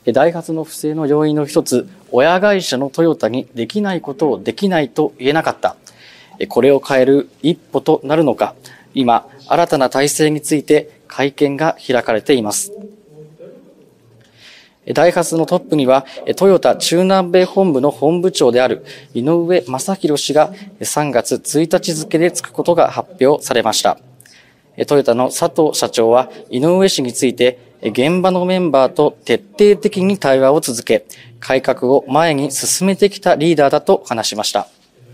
ダイハツの不正の要因の一つ、親会社のトヨタにできないことをできないと言えなかった。これを変える一歩となるのか、今、新たな体制について会見が開かれています。ダイハツのトップには、トヨタ中南米本部の本部長である井上正弘氏が3月1日付で就くことが発表されました。トヨタの佐藤社長は井上氏について、現場のメンバーと徹底的に対話を続け、改革を前に進めてきたリーダーだと話しました。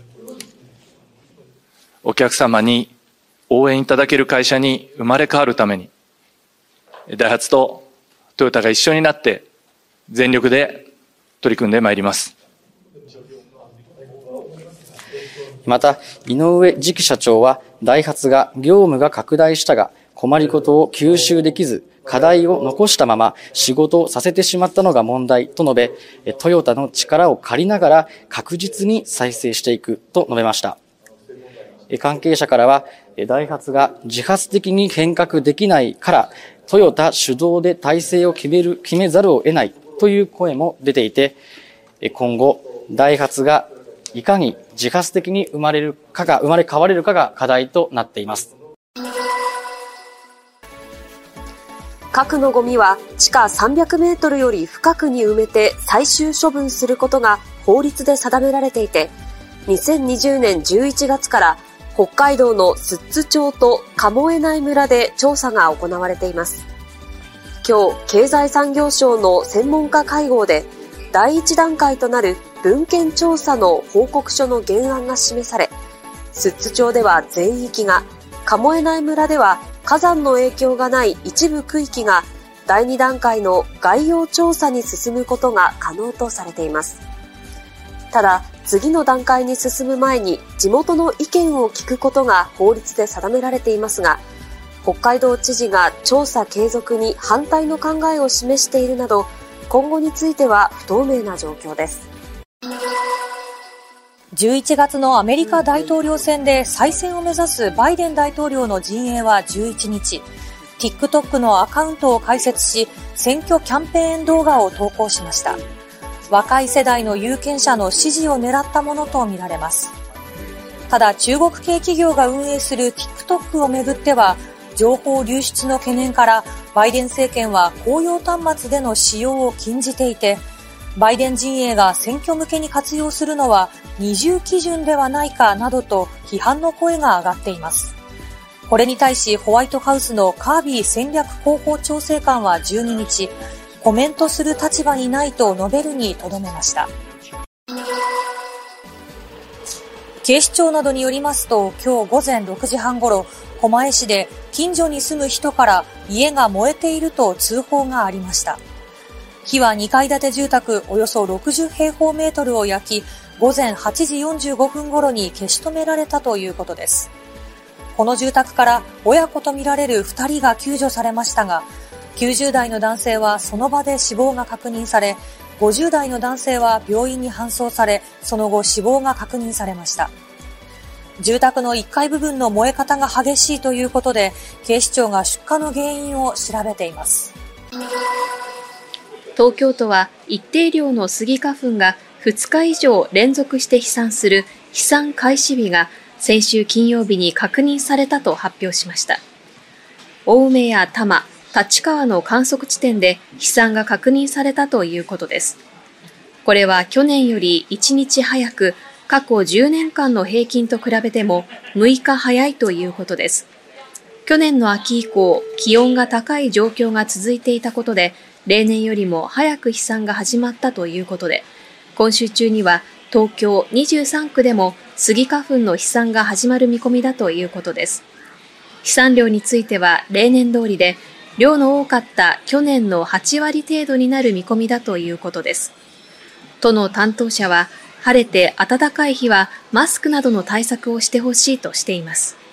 お客様に応援いただける会社に生まれ変わるために、ダイハツとトヨタが一緒になって全力で取り組んでまいります。 また、井上次期社長は、ダイハツが業務が拡大したが、困りごとを吸収できず、課題を残したまま仕事をさせてしまったのが問題と述べ、トヨタの力を借りながら確実に再生していくと述べました。関係者からは、ダイハツが自発的に変革できないから、トヨタ主導で体制を決めざるを得ないという声も出ていて、今後、ダイハツがいかに自発的に生まれ変われるかが課題となっています。 核のゴミは地下300メートルより深くに埋めて最終処分することが法律で定められていて、2020年11月から北海道の寿都町と鴨江内村で調査が行われています。今日、経済産業省の専門家会合で、第一段階となる文献調査の報告書の原案が示され、寿都町では全域が、鴨江内村では火山の影響がない一部区域が第2段階の概要調査に進むことが可能とされています。ただ、次の段階に進む前に地元の意見を聞くことが法律で定められていますが、北海道知事が調査継続に反対の考えを示しているなど、今後については不透明な状況です。 11月のアメリカ大統領選で再選を目指すバイデン大統領の陣営は11日、TikTok のアカウントを開設し、選挙キャンペーン動画を投稿しました。若い世代の有権者の支持を狙ったものとみられます。ただ、中国系企業が運営する TikTok をめぐっては、情報流出の懸念から、バイデン政権は公用端末での使用を禁じていて、バイデン陣営が選挙向けに活用するのは二重基準ではないかなどと批判の声が上がっています。これに対しホワイトハウスのカービー戦略広報調整官は12日、コメントする立場にないと述べるにとどめました。警視庁などによりますと、今日午前6時半ごろ、狛江市で近所に住む人から家が燃えていると通報がありました。火は2階建て住宅およそ60平方メートルを焼き、午前8時45分頃に消し止められたということです。この住宅から親子とみられる2人が救助されましたが、90代の男性はその場で死亡が確認され、50代の男性は病院に搬送され、その後死亡が確認されました。住宅の1階部分の燃え方が激しいということで、警視庁が出火の原因を調べています。 東京都は一定量のスギ花粉が2日以上連続して飛散する飛散開始日が先週金曜日に確認されたと発表しました。青梅や多摩、立川の観測地点で飛散が確認されたということです。これは去年より1日早く、過去10年間の平均と比べても6日早いということです。去年の秋以降、気温が高い状況が続いていたことで、例年よりも早く飛散が始まったということで、今週中には東京23区でもスギ花粉の飛散が始まる見込みだということです。飛散量については例年通りで、量の多かった去年の8割程度になる見込みだということです。都の担当者は、晴れて暖かい日はマスクなどの対策をしてほしいとしています。